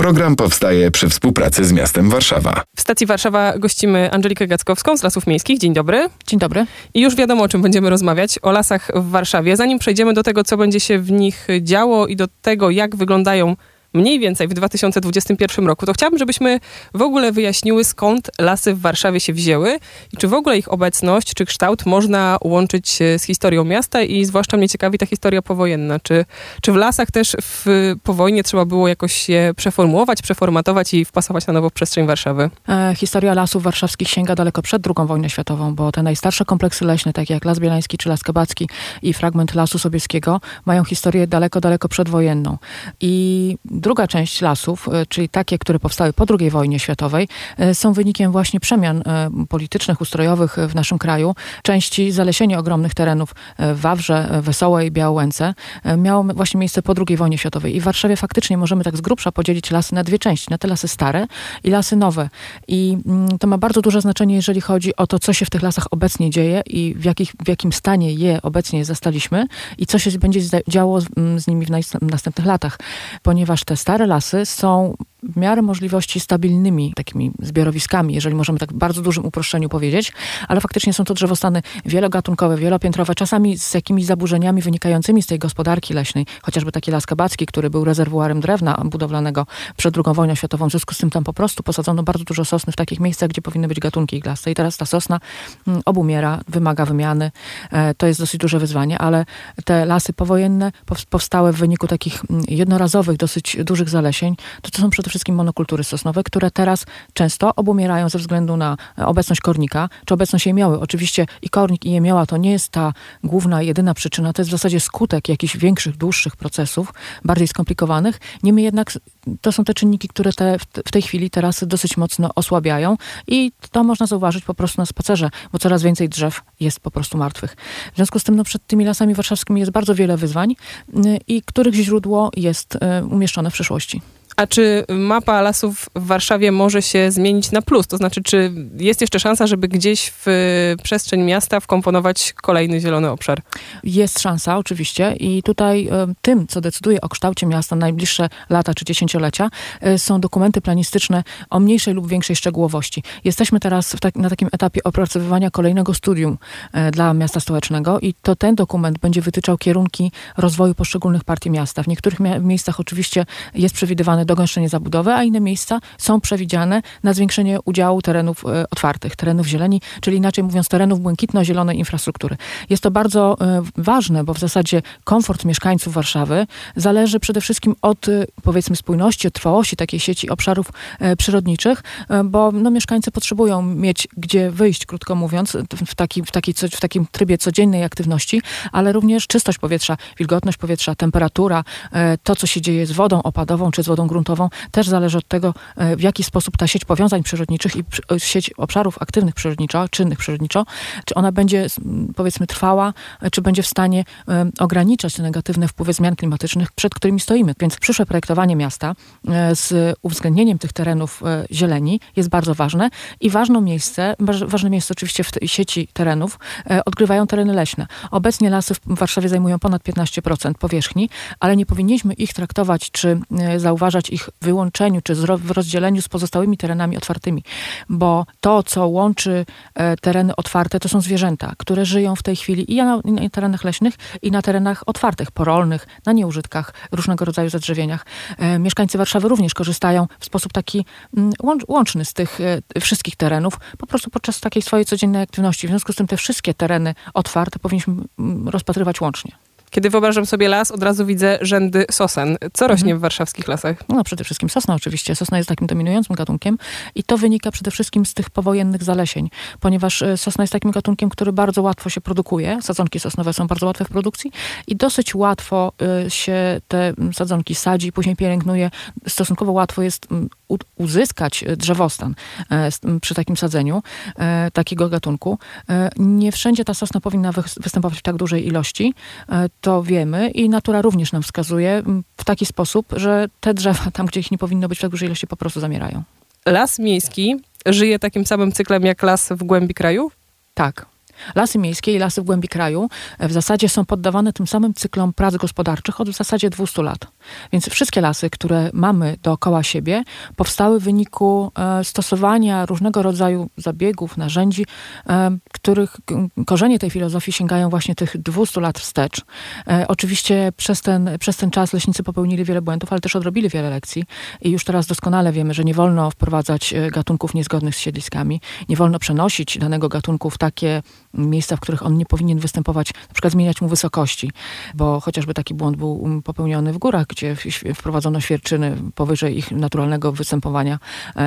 Program powstaje przy współpracy z miastem Warszawa. W stacji Warszawa gościmy Angelikę Gackowską z Lasów Miejskich. Dzień dobry. Dzień dobry. I już wiadomo, o czym będziemy rozmawiać, o lasach w Warszawie. Zanim przejdziemy do tego, co będzie się w nich działo i do tego, jak wyglądają mniej więcej w 2021 roku, to chciałabym, żebyśmy w ogóle wyjaśniły, skąd lasy w Warszawie się wzięły i czy w ogóle ich obecność, czy kształt można łączyć z historią miasta i zwłaszcza mnie ciekawi ta historia powojenna. Czy w lasach też po wojnie trzeba było jakoś je przeformułować, przeformatować i wpasować na nowo w przestrzeń Warszawy? Historia lasów warszawskich sięga daleko przed II wojną światową, bo te najstarsze kompleksy leśne, takie jak Las Bielański czy Las Kabacki i fragment Lasu Sobieskiego, mają historię daleko, daleko przedwojenną. I druga część lasów, czyli takie, które powstały po II wojnie światowej, są wynikiem właśnie przemian politycznych, ustrojowych w naszym kraju. Części zalesienia ogromnych terenów w Wawrze, Wesołej, Białęce miało właśnie miejsce po II wojnie światowej. I w Warszawie faktycznie możemy tak z grubsza podzielić lasy na dwie części. Na te lasy stare i lasy nowe. I to ma bardzo duże znaczenie, jeżeli chodzi o to, co się w tych lasach obecnie dzieje i w jakim stanie je obecnie zastaliśmy i co się będzie działo z nimi w następnych latach. Ponieważ te stare lasy są w miarę możliwości stabilnymi takimi zbiorowiskami, jeżeli możemy tak w bardzo dużym uproszczeniu powiedzieć, ale faktycznie są to drzewostany wielogatunkowe, wielopiętrowe, czasami z jakimiś zaburzeniami wynikającymi z tej gospodarki leśnej, chociażby taki Las Kabacki, który był rezerwuarem drewna budowlanego przed II wojną światową. W związku z tym tam po prostu posadzono bardzo dużo sosny w takich miejscach, gdzie powinny być gatunki iglaste. I teraz ta sosna obumiera, wymaga wymiany. To jest dosyć duże wyzwanie, ale te lasy powojenne powstałe w wyniku takich jednorazowych, dosyć dużych zalesień, to są przede wszystkim monokultury sosnowe, które teraz często obumierają ze względu na obecność kornika, czy obecność jemioły. Oczywiście i kornik, i jemioła to nie jest ta główna, jedyna przyczyna, to jest w zasadzie skutek jakichś większych, dłuższych procesów, bardziej skomplikowanych. Niemniej jednak to są te czynniki, które w tej chwili teraz dosyć mocno osłabiają i to można zauważyć po prostu na spacerze, bo coraz więcej drzew jest po prostu martwych. W związku z tym przed tymi lasami warszawskimi jest bardzo wiele wyzwań i których źródło jest umieszczone w przyszłości. A czy mapa lasów w Warszawie może się zmienić na plus? To znaczy, czy jest jeszcze szansa, żeby gdzieś w przestrzeń miasta wkomponować kolejny zielony obszar? Jest szansa, oczywiście. I tutaj tym, co decyduje o kształcie miasta na najbliższe lata czy dziesięciolecia, są dokumenty planistyczne o mniejszej lub większej szczegółowości. Jesteśmy teraz na takim etapie opracowywania kolejnego studium dla miasta stołecznego i to ten dokument będzie wytyczał kierunki rozwoju poszczególnych partii miasta. W niektórych miejscach oczywiście jest przewidywane dogęszczenie zabudowy, a inne miejsca są przewidziane na zwiększenie udziału terenów otwartych, terenów zieleni, czyli inaczej mówiąc terenów błękitno-zielonej infrastruktury. Jest to bardzo ważne, bo w zasadzie komfort mieszkańców Warszawy zależy przede wszystkim od, powiedzmy, spójności, od trwałości takiej sieci obszarów przyrodniczych, bo mieszkańcy potrzebują mieć gdzie wyjść, krótko mówiąc, w takim trybie codziennej aktywności, ale również czystość powietrza, wilgotność powietrza, temperatura, to, co się dzieje z wodą opadową czy z wodą gruntową, też zależy od tego, w jaki sposób ta sieć powiązań przyrodniczych i sieć obszarów aktywnych przyrodniczo, czynnych przyrodniczo, czy ona będzie, powiedzmy, trwała, czy będzie w stanie ograniczać te negatywne wpływy zmian klimatycznych, przed którymi stoimy. Więc przyszłe projektowanie miasta z uwzględnieniem tych terenów zieleni jest bardzo ważne i ważne miejsce oczywiście w tej sieci terenów odgrywają tereny leśne. Obecnie lasy w Warszawie zajmują ponad 15% powierzchni, ale nie powinniśmy ich traktować, czy zauważać ich w wyłączeniu, czy w rozdzieleniu z pozostałymi terenami otwartymi, bo to, co łączy tereny otwarte, to są zwierzęta, które żyją w tej chwili i na terenach leśnych, i na terenach otwartych, porolnych, na nieużytkach, różnego rodzaju zadrzewieniach. Mieszkańcy Warszawy również korzystają w sposób taki łączny z tych wszystkich terenów, po prostu podczas takiej swojej codziennej aktywności. W związku z tym te wszystkie tereny otwarte powinniśmy rozpatrywać łącznie. Kiedy wyobrażam sobie las, od razu widzę rzędy sosen. Co rośnie w warszawskich lasach? Przede wszystkim sosna oczywiście. Sosna jest takim dominującym gatunkiem i to wynika przede wszystkim z tych powojennych zalesień, ponieważ sosna jest takim gatunkiem, który bardzo łatwo się produkuje. Sadzonki sosnowe są bardzo łatwe w produkcji i dosyć łatwo się te sadzonki sadzi, później pielęgnuje. Stosunkowo łatwo jest uzyskać drzewostan przy takim sadzeniu takiego gatunku. Nie wszędzie ta sosna powinna występować w tak dużej ilości. To wiemy i natura również nam wskazuje w taki sposób, że te drzewa tam, gdzie ich nie powinno być w tak dużej ilości, po prostu zamierają. Las miejski żyje takim samym cyklem jak las w głębi kraju? Tak. Lasy miejskie i lasy w głębi kraju w zasadzie są poddawane tym samym cyklom prac gospodarczych od w zasadzie 200 lat. Więc wszystkie lasy, które mamy dookoła siebie, powstały w wyniku stosowania różnego rodzaju zabiegów, narzędzi, których korzenie tej filozofii sięgają właśnie tych 200 lat wstecz. Oczywiście przez ten czas leśnicy popełnili wiele błędów, ale też odrobili wiele lekcji i już teraz doskonale wiemy, że nie wolno wprowadzać gatunków niezgodnych z siedliskami, nie wolno przenosić danego gatunku w takie miejsca, w których on nie powinien występować, na przykład zmieniać mu wysokości, bo chociażby taki błąd był popełniony w górach, gdzie wprowadzono świerczyny powyżej ich naturalnego występowania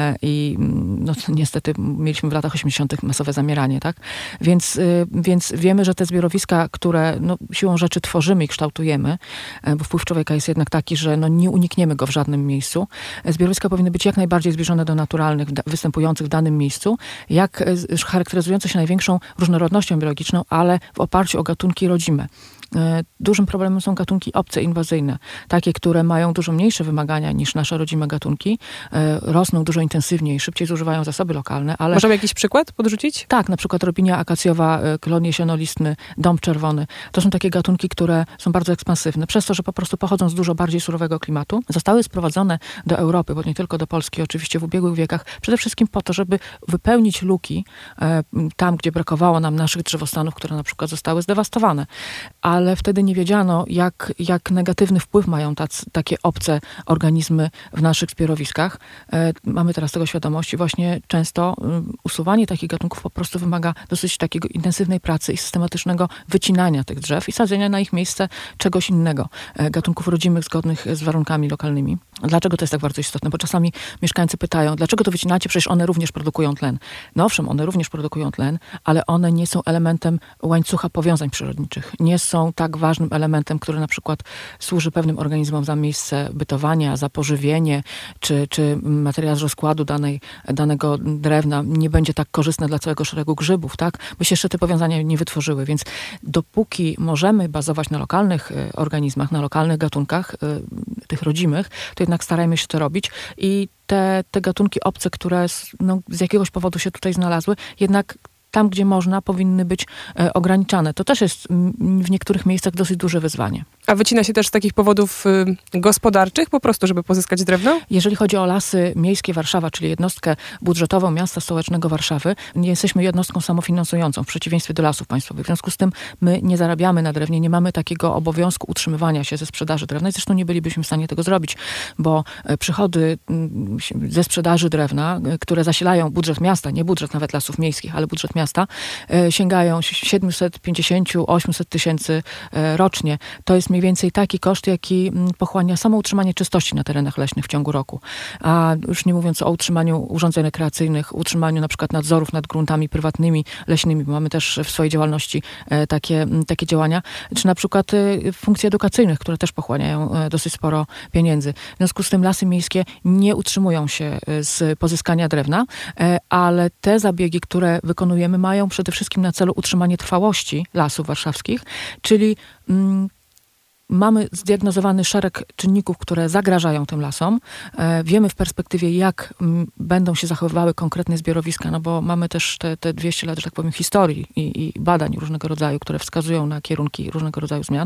i no, niestety mieliśmy w latach 80. masowe zamieranie, tak? Więc wiemy, że te zbiorowiska, które no, siłą rzeczy tworzymy i kształtujemy, bo wpływ człowieka jest jednak taki, że no, nie unikniemy go w żadnym miejscu. Zbiorowiska powinny być jak najbardziej zbliżone do naturalnych, występujących w danym miejscu, charakteryzujące się największą różnorodnością biologiczną, ale w oparciu o gatunki rodzime. Dużym problemem są gatunki obce, inwazyjne. Takie, które mają dużo mniejsze wymagania niż nasze rodzime gatunki, rosną dużo intensywniej, szybciej zużywają zasoby lokalne, ale... Możemy jakiś przykład podrzucić? Tak, na przykład robinia akacjowa, klon jesionolistny, dąb czerwony. To są takie gatunki, które są bardzo ekspansywne. Przez to, że po prostu pochodzą z dużo bardziej surowego klimatu, zostały sprowadzone do Europy, bo nie tylko do Polski, oczywiście w ubiegłych wiekach, przede wszystkim po to, żeby wypełnić luki tam, gdzie brakowało nam naszych drzewostanów, które na przykład zostały zdewastowane. Ale wtedy nie wiedziano, jak negatywny wpływ mają takie obce organizmy w naszych zbiorowiskach. Mamy teraz tego świadomość i właśnie często usuwanie takich gatunków po prostu wymaga dosyć takiego intensywnej pracy i systematycznego wycinania tych drzew i sadzenia na ich miejsce czegoś innego. Gatunków rodzimych, zgodnych z warunkami lokalnymi. Dlaczego to jest tak bardzo istotne? Bo czasami mieszkańcy pytają, dlaczego to wycinacie? Przecież one również produkują tlen. No owszem, one również produkują tlen, ale one nie są elementem łańcucha powiązań przyrodniczych. Nie są tak ważnym elementem, który na przykład służy pewnym organizmom za miejsce bytowania, za pożywienie, czy materiał z rozkładu danego drewna nie będzie tak korzystne dla całego szeregu grzybów, tak? By się jeszcze te powiązania nie wytworzyły. Więc dopóki możemy bazować na lokalnych organizmach, na lokalnych gatunkach, tych rodzimych, to jednak starajmy się to robić i te gatunki obce, które no, z jakiegoś powodu się tutaj znalazły, jednak tam, gdzie można, powinny być ograniczane. To też jest w niektórych miejscach dosyć duże wyzwanie. A wycina się też z takich powodów gospodarczych, po prostu, żeby pozyskać drewno? Jeżeli chodzi o Lasy Miejskie Warszawa, czyli jednostkę budżetową miasta stołecznego Warszawy, nie jesteśmy jednostką samofinansującą, w przeciwieństwie do Lasów Państwowych. W związku z tym my nie zarabiamy na drewnie, nie mamy takiego obowiązku utrzymywania się ze sprzedaży drewna. I zresztą nie bylibyśmy w stanie tego zrobić, bo przychody ze sprzedaży drewna, które zasilają budżet miasta, nie budżet nawet Lasów Miejskich, ale budżet miasta, sięgają 750-800 tysięcy rocznie. To jest mniej więcej taki koszt, jaki pochłania samo utrzymanie czystości na terenach leśnych w ciągu roku. A już nie mówiąc o utrzymaniu urządzeń rekreacyjnych, utrzymaniu na przykład nadzorów nad gruntami prywatnymi, leśnymi, bo mamy też w swojej działalności takie działania, czy na przykład funkcji edukacyjnych, które też pochłaniają dosyć sporo pieniędzy. W związku z tym Lasy Miejskie nie utrzymują się z pozyskania drewna, ale te zabiegi, które wykonujemy, mają przede wszystkim na celu utrzymanie trwałości lasów warszawskich, czyli mamy zdiagnozowany szereg czynników, które zagrażają tym lasom. Wiemy w perspektywie, jak będą się zachowywały konkretne zbiorowiska, no bo mamy też te 200 lat, że tak powiem, historii i badań różnego rodzaju, które wskazują na kierunki różnego rodzaju zmian.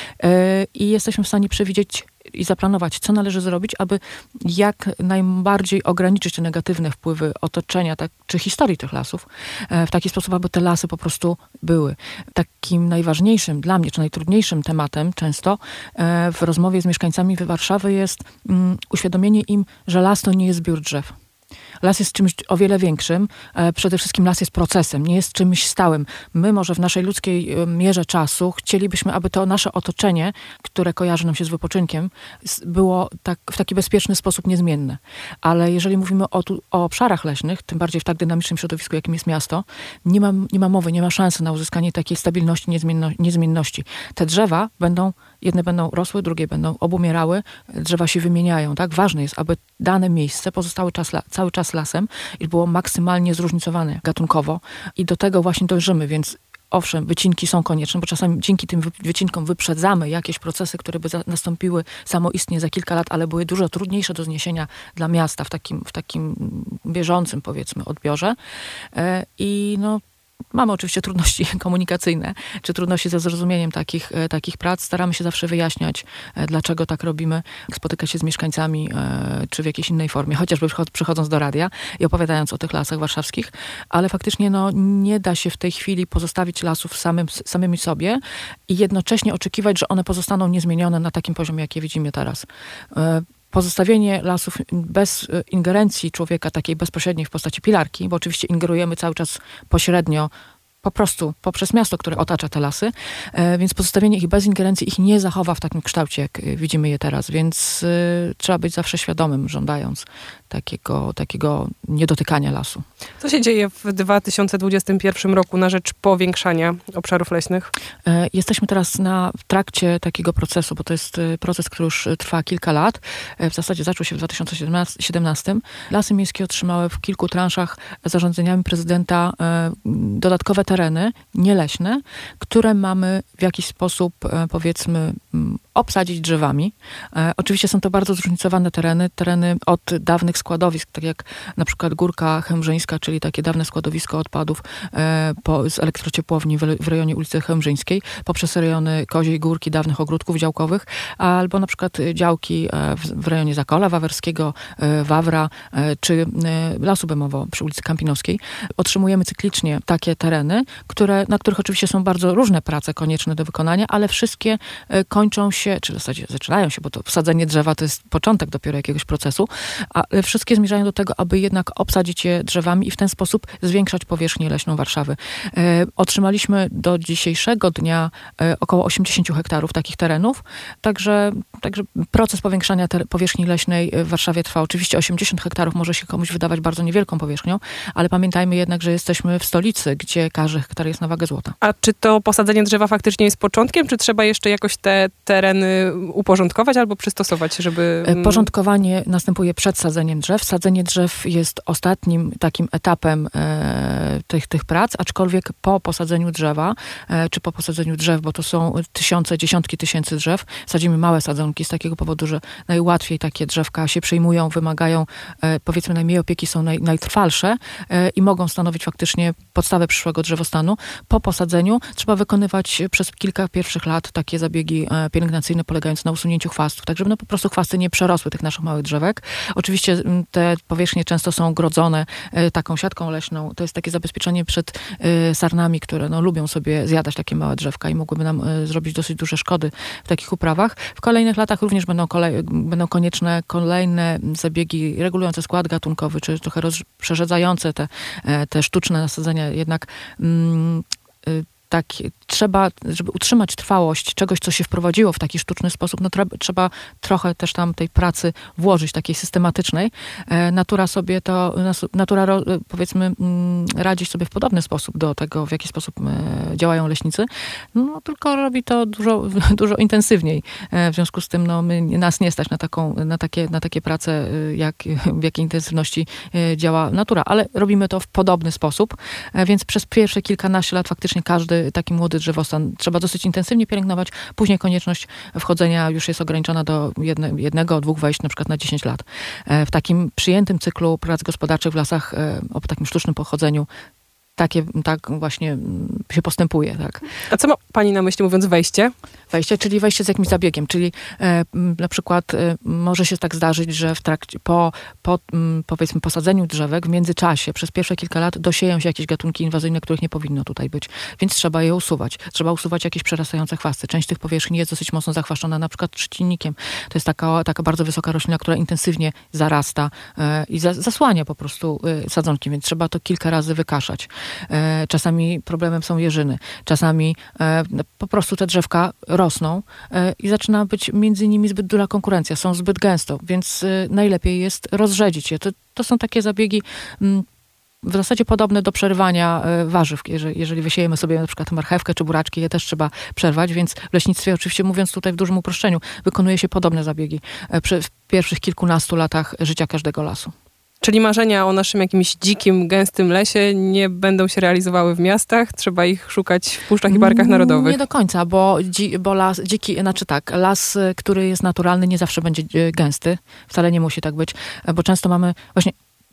I jesteśmy w stanie przewidzieć i zaplanować, co należy zrobić, aby jak najbardziej ograniczyć te negatywne wpływy otoczenia czy historii tych lasów w taki sposób, aby te lasy po prostu były. Takim najważniejszym dla mnie, czy najtrudniejszym tematem często w rozmowie z mieszkańcami Warszawy jest uświadomienie im, że las to nie jest zbiór drzew. Las jest czymś o wiele większym. Przede wszystkim las jest procesem, nie jest czymś stałym. My może w naszej ludzkiej mierze czasu chcielibyśmy, aby to nasze otoczenie, które kojarzy nam się z wypoczynkiem, było w taki bezpieczny sposób niezmienne. Ale jeżeli mówimy o obszarach leśnych, tym bardziej w tak dynamicznym środowisku, jakim jest miasto, nie ma mowy, nie ma szansy na uzyskanie takiej stabilności, niezmienności. Te drzewa jedne będą rosły, drugie będą obumierały, drzewa się wymieniają. Tak? Ważne jest, aby dane miejsce pozostało cały czas lasem i było maksymalnie zróżnicowane gatunkowo i do tego właśnie dążymy, więc owszem, wycinki są konieczne, bo czasami dzięki tym wycinkom wyprzedzamy jakieś procesy, które by nastąpiły samoistnie za kilka lat, ale były dużo trudniejsze do zniesienia dla miasta w takim bieżącym, powiedzmy, odbiorze. I mamy oczywiście trudności komunikacyjne, czy trudności ze zrozumieniem takich prac. Staramy się zawsze wyjaśniać, dlaczego tak robimy, spotykać się z mieszkańcami, czy w jakiejś innej formie, chociażby przychodząc do radia i opowiadając o tych lasach warszawskich, ale faktycznie nie da się w tej chwili pozostawić lasów samymi sobie i jednocześnie oczekiwać, że one pozostaną niezmienione na takim poziomie, jakie widzimy teraz. Pozostawienie lasów bez ingerencji człowieka takiej bezpośredniej w postaci pilarki, bo oczywiście ingerujemy cały czas pośrednio, po prostu poprzez miasto, które otacza te lasy, więc pozostawienie ich bez ingerencji ich nie zachowa w takim kształcie, jak widzimy je teraz, więc trzeba być zawsze świadomym, żądając takiego niedotykania lasu. Co się dzieje w 2021 roku na rzecz powiększania obszarów leśnych? Jesteśmy teraz w trakcie takiego procesu, bo to jest proces, który już trwa kilka lat. W zasadzie zaczął się w 2017. Lasy Miejskie otrzymały w kilku transzach zarządzeniami prezydenta dodatkowe tereny nieleśne, które mamy w jakiś sposób, powiedzmy, obsadzić drzewami. Oczywiście są to bardzo zróżnicowane tereny od dawnych składowisk, tak jak na przykład Górka Chełmżyńska, czyli takie dawne składowisko odpadów z elektrociepłowni w rejonie ulicy Chełmżyńskiej, poprzez rejony Koziej Górki, dawnych ogródków działkowych, albo na przykład działki w rejonie Zakola Wawerskiego, Wawra, czy Lasu Bemowo przy ulicy Kampinowskiej. Otrzymujemy cyklicznie takie tereny, na których oczywiście są bardzo różne prace konieczne do wykonania, ale wszystkie kończą się, czy w zasadzie zaczynają się, bo to wsadzenie drzewa to jest początek dopiero jakiegoś procesu, a wszystkie zmierzają do tego, aby jednak obsadzić je drzewami i w ten sposób zwiększać powierzchnię leśną Warszawy. Otrzymaliśmy do dzisiejszego dnia około 80 hektarów takich terenów, także proces powiększania powierzchni leśnej w Warszawie trwa. Oczywiście 80 hektarów może się komuś wydawać bardzo niewielką powierzchnią, ale pamiętajmy jednak, że jesteśmy w stolicy, gdzie każdy hektar jest na wagę złota. A czy to posadzenie drzewa faktycznie jest początkiem, czy trzeba jeszcze jakoś te tereny uporządkować albo przystosować, żeby... Porządkowanie następuje przed sadzeniem drzew. Sadzenie drzew jest ostatnim takim etapem tych prac, aczkolwiek po posadzeniu drzewa, czy po posadzeniu drzew, bo to są dziesiątki tysięcy drzew, sadzimy małe sadzonki z takiego powodu, że najłatwiej takie drzewka się przyjmują, wymagają, powiedzmy, najmniej opieki, są najtrwalsze i mogą stanowić faktycznie podstawę przyszłego drzewostanu. Po posadzeniu trzeba wykonywać przez kilka pierwszych lat takie zabiegi pielęgnacyjne polegające na usunięciu chwastów, tak żeby po prostu chwasty nie przerosły tych naszych małych drzewek. Oczywiście te powierzchnie często są grodzone taką siatką leśną. To jest takie zabezpieczenie przed sarnami, które lubią sobie zjadać takie małe drzewka i mogłyby nam zrobić dosyć duże szkody w takich uprawach. W kolejnych latach również będą konieczne kolejne zabiegi regulujące skład gatunkowy, czy trochę przerzedzające te sztuczne nasadzenia. Jednak tak trzeba, żeby utrzymać trwałość czegoś, co się wprowadziło w taki sztuczny sposób, trzeba trochę też tam tej pracy włożyć, takiej systematycznej. Natura powiedzmy radzi sobie w podobny sposób do tego, w jaki sposób działają leśnicy, tylko robi to dużo intensywniej. W związku z tym nas nie stać na takie prace, w jakiej intensywności działa natura, ale robimy to w podobny sposób, więc przez pierwsze kilkanaście lat faktycznie każdy taki młody drzewostan trzeba dosyć intensywnie pielęgnować. Później konieczność wchodzenia już jest ograniczona do jednego, dwóch wejść na przykład na 10 lat. W takim przyjętym cyklu prac gospodarczych w lasach o takim sztucznym pochodzeniu tak właśnie się postępuje. Tak. A co ma pani na myśli, mówiąc wejście? Wejście, czyli wejście z jakimś zabiegiem, czyli na przykład może się tak zdarzyć, że po powiedzmy posadzeniu drzewek w międzyczasie przez pierwsze kilka lat dosieją się jakieś gatunki inwazyjne, których nie powinno tutaj być, więc trzeba je usuwać. Trzeba usuwać jakieś przerastające chwasty. Część tych powierzchni jest dosyć mocno zachwaszczona na przykład trzcinnikiem. To jest taka bardzo wysoka roślina, która intensywnie zarasta i zasłania po prostu sadzonki, więc trzeba to kilka razy wykaszać. Czasami problemem są jeżyny. Czasami po prostu te drzewka rosną i zaczyna być między nimi zbyt duża konkurencja. Są zbyt gęsto, więc najlepiej jest rozrzedzić je. To są takie zabiegi w zasadzie podobne do przerywania warzyw. Jeżeli wysiejemy sobie na przykład marchewkę czy buraczki, je też trzeba przerwać, więc w leśnictwie, oczywiście mówiąc tutaj w dużym uproszczeniu, wykonuje się podobne zabiegi w pierwszych kilkunastu latach życia każdego lasu. Czyli marzenia o naszym jakimś dzikim, gęstym lesie nie będą się realizowały w miastach? Trzeba ich szukać w puszczach i parkach narodowych? Nie do końca, bo las las, który jest naturalny, nie zawsze będzie gęsty. Wcale nie musi tak być, bo często mamy właśnie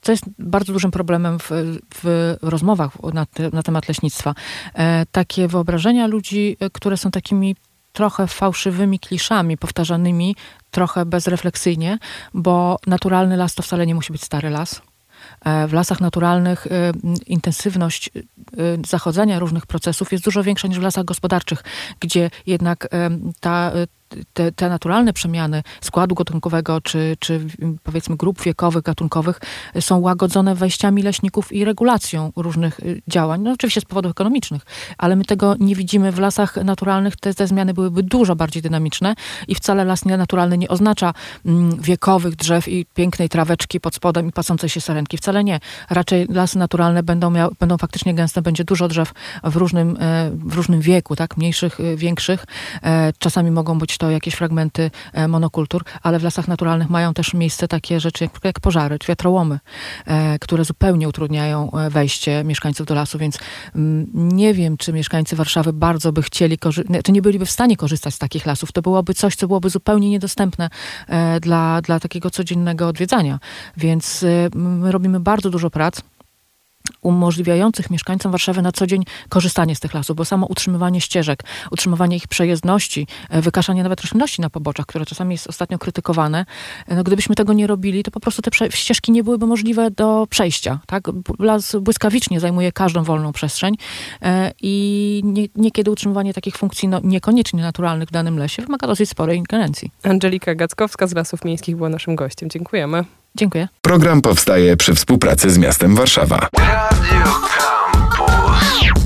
co jest bardzo dużym problemem w rozmowach na temat leśnictwa. Takie wyobrażenia ludzi, które są takimi trochę fałszywymi kliszami, powtarzanymi trochę bezrefleksyjnie, bo naturalny las to wcale nie musi być stary las. W lasach naturalnych intensywność zachodzenia różnych procesów jest dużo większa niż w lasach gospodarczych, gdzie jednak te naturalne przemiany składu gatunkowego, czy powiedzmy grup wiekowych, gatunkowych są łagodzone wejściami leśników i regulacją różnych działań. No oczywiście z powodów ekonomicznych, ale my tego nie widzimy. W lasach naturalnych te zmiany byłyby dużo bardziej dynamiczne i wcale las naturalny nie oznacza wiekowych drzew i pięknej traweczki pod spodem i pasącej się sarenki. Wcale nie. Raczej lasy naturalne będą faktycznie gęste, będzie dużo drzew w różnym wieku, tak? Mniejszych, większych. Czasami mogą być to jakieś fragmenty monokultur, ale w lasach naturalnych mają też miejsce takie rzeczy jak pożary, czy wiatrołomy, które zupełnie utrudniają wejście mieszkańców do lasu, więc nie wiem, czy mieszkańcy Warszawy bardzo by chcieli, czy nie byliby w stanie korzystać z takich lasów. To byłoby coś, co byłoby zupełnie niedostępne dla takiego codziennego odwiedzania. Więc my robimy bardzo dużo prac umożliwiających mieszkańcom Warszawy na co dzień korzystanie z tych lasów, bo samo utrzymywanie ścieżek, utrzymywanie ich przejezdności, wykaszanie nawet roślinności na poboczach, które czasami jest ostatnio krytykowane, no gdybyśmy tego nie robili, to po prostu te ścieżki nie byłyby możliwe do przejścia. Tak? Las błyskawicznie zajmuje każdą wolną przestrzeń i niekiedy utrzymywanie takich funkcji niekoniecznie naturalnych w danym lesie wymaga dosyć sporej ingerencji. Angelika Gackowska z Lasów Miejskich była naszym gościem. Dziękujemy. Dziękuję. Program powstaje przy współpracy z miastem Warszawa. Radio Campus.